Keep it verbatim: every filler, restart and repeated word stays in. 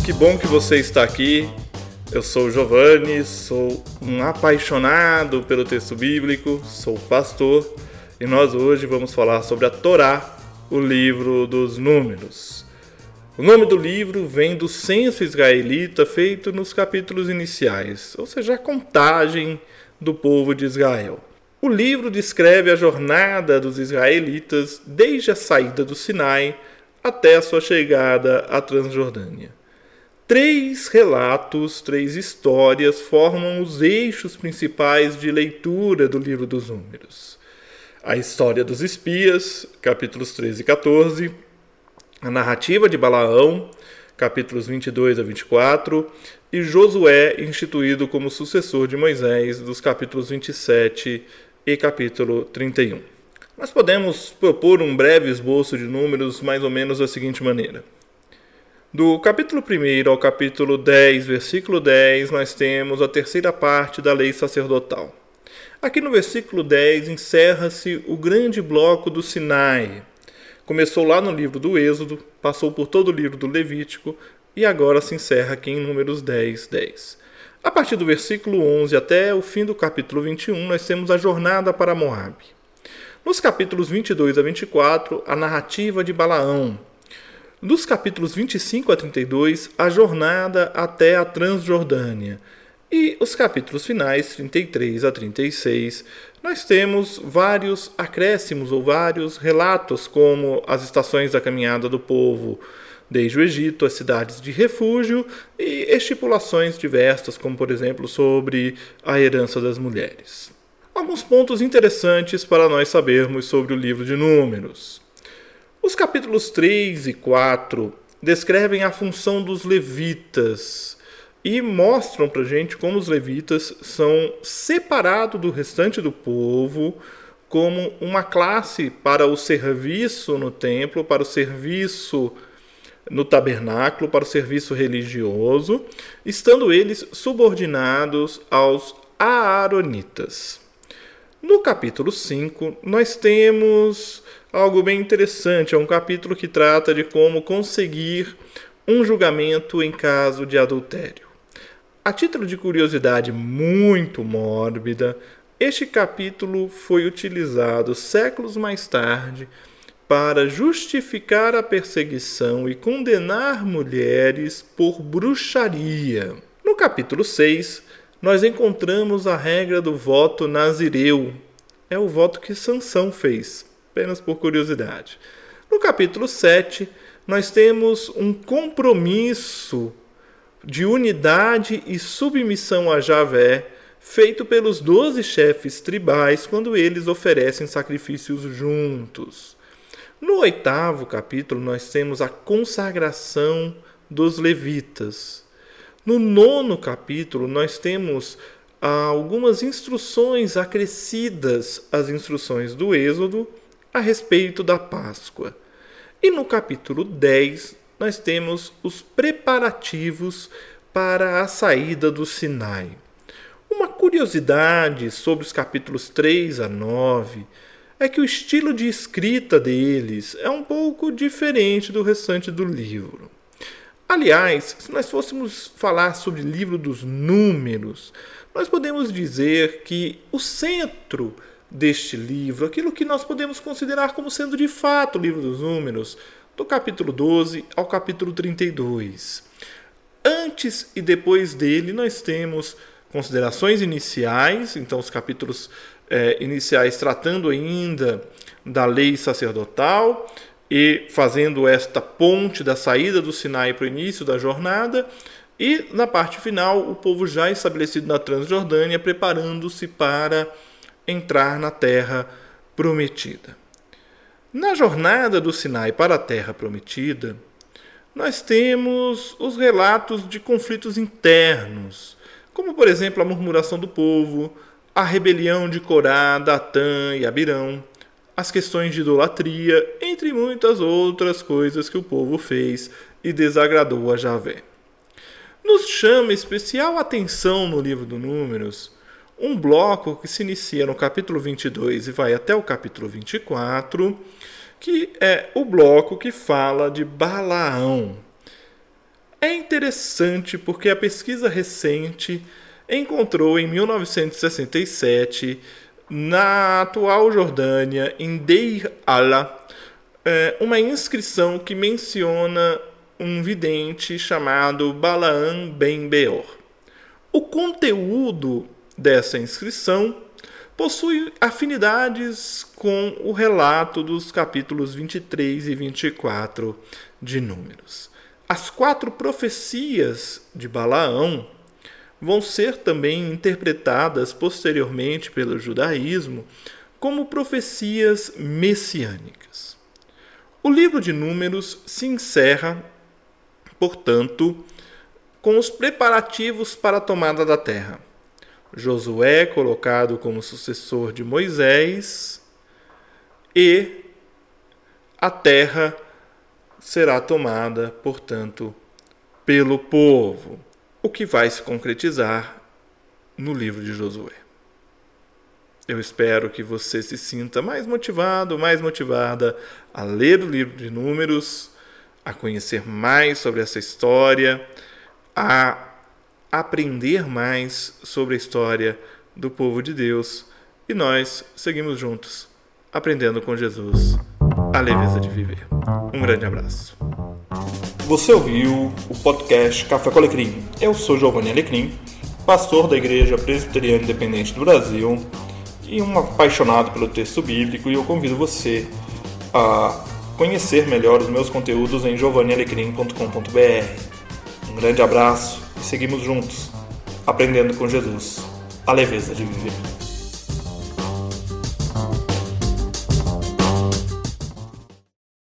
que bom que você está aqui. Eu sou o Giovanni, sou um apaixonado pelo texto bíblico, sou pastor e nós hoje vamos falar sobre a Torá, o livro dos Números. O nome do livro vem do censo israelita feito nos capítulos iniciais, ou seja, a contagem do povo de Israel. O livro descreve a jornada dos israelitas desde a saída do Sinai até a sua chegada à Transjordânia. Três relatos, três histórias formam os eixos principais de leitura do livro dos Números. A história dos espias, capítulos treze e quatorze, a narrativa de Balaão, capítulos vinte e dois a vinte e quatro, e Josué instituído como sucessor de Moisés, dos capítulos vinte e sete e capítulo trinta e um. Nós podemos propor um breve esboço de números mais ou menos da seguinte maneira. Do capítulo um ao capítulo dez, versículo dez, nós temos a terceira parte da lei sacerdotal. Aqui no versículo dez encerra-se o grande bloco do Sinai. Começou lá no livro do Êxodo, passou por todo o livro do Levítico e agora se encerra aqui em Números dez, dez. A partir do versículo onze até o fim do capítulo vinte e um, nós temos a jornada para Moabe. Nos capítulos vinte e dois a vinte e quatro, a narrativa de Balaão. Dos capítulos vinte e cinco a trinta e dois, a jornada até a Transjordânia. E os capítulos finais, trinta e três a trinta e seis, nós temos vários acréscimos ou vários relatos, como as estações da caminhada do povo desde o Egito, as cidades de refúgio e estipulações diversas, como por exemplo sobre a herança das mulheres. Alguns pontos interessantes para nós sabermos sobre o livro de Números. Os capítulos três e quatro descrevem a função dos levitas e mostram para a gente como os levitas são separados do restante do povo como uma classe para o serviço no templo, para o serviço no tabernáculo, para o serviço religioso, estando eles subordinados aos aaronitas. No capítulo cinco, nós temos algo bem interessante. É um capítulo que trata de como conseguir um julgamento em caso de adultério. A título de curiosidade muito mórbida, este capítulo foi utilizado séculos mais tarde para justificar a perseguição e condenar mulheres por bruxaria. No capítulo seis, nós encontramos a regra do voto nazireu. É o voto que Sansão fez, apenas por curiosidade. No capítulo sete, nós temos um compromisso de unidade e submissão a Javé, feito pelos doze chefes tribais quando eles oferecem sacrifícios juntos. No oitavo capítulo, nós temos a consagração dos levitas. No nono capítulo, nós temos ah, algumas instruções acrescidas às instruções do Êxodo a respeito da Páscoa. E no capítulo dez, nós temos os preparativos para a saída do Sinai. Uma curiosidade sobre os capítulos três a nove é que o estilo de escrita deles é um pouco diferente do restante do livro. Aliás, se nós fôssemos falar sobre o livro dos Números, nós podemos dizer que o centro deste livro, aquilo que nós podemos considerar como sendo de fato o livro dos Números, do capítulo doze ao capítulo trinta e dois. Antes e depois dele, nós temos considerações iniciais, então os capítulos é, iniciais tratando ainda da lei sacerdotal, e fazendo esta ponte da saída do Sinai para o início da jornada, e na parte final o povo já estabelecido na Transjordânia, preparando-se para entrar na terra prometida. Na jornada do Sinai para a terra prometida, nós temos os relatos de conflitos internos, como por exemplo a murmuração do povo, a rebelião de Corá, Datã e Abirão, as questões de idolatria, entre muitas outras coisas que o povo fez e desagradou a Javé. Nos chama especial atenção no livro dos Números um bloco que se inicia no capítulo vinte e dois e vai até o capítulo vinte e quatro, que é o bloco que fala de Balaão. É interessante porque a pesquisa recente encontrou em mil novecentos e sessenta e sete, na atual Jordânia, em Deir Alla, uma inscrição que menciona um vidente chamado Balaam ben Beor. O conteúdo dessa inscrição possui afinidades com o relato dos capítulos vinte e três e vinte e quatro de Números. As quatro profecias de Balaão vão ser também interpretadas posteriormente pelo judaísmo como profecias messiânicas. O livro de Números se encerra, portanto, com os preparativos para a tomada da terra. Josué colocado como sucessor de Moisés e a terra será tomada, portanto, pelo povo, o que vai se concretizar no livro de Josué. Eu espero que você se sinta mais motivado, mais motivada a ler o livro de Números, a conhecer mais sobre essa história, a aprender mais sobre a história do povo de Deus, e nós seguimos juntos, aprendendo com Jesus a leveza de viver. Um grande abraço. Você ouviu o podcast Café com Alecrim. Eu sou Giovanni Alecrim, pastor da Igreja Presbiteriana Independente do Brasil e um apaixonado pelo texto bíblico, e eu convido você a conhecer melhor os meus conteúdos em giovanni alecrim ponto com ponto b r. Um grande abraço e seguimos juntos, aprendendo com Jesus a leveza de viver.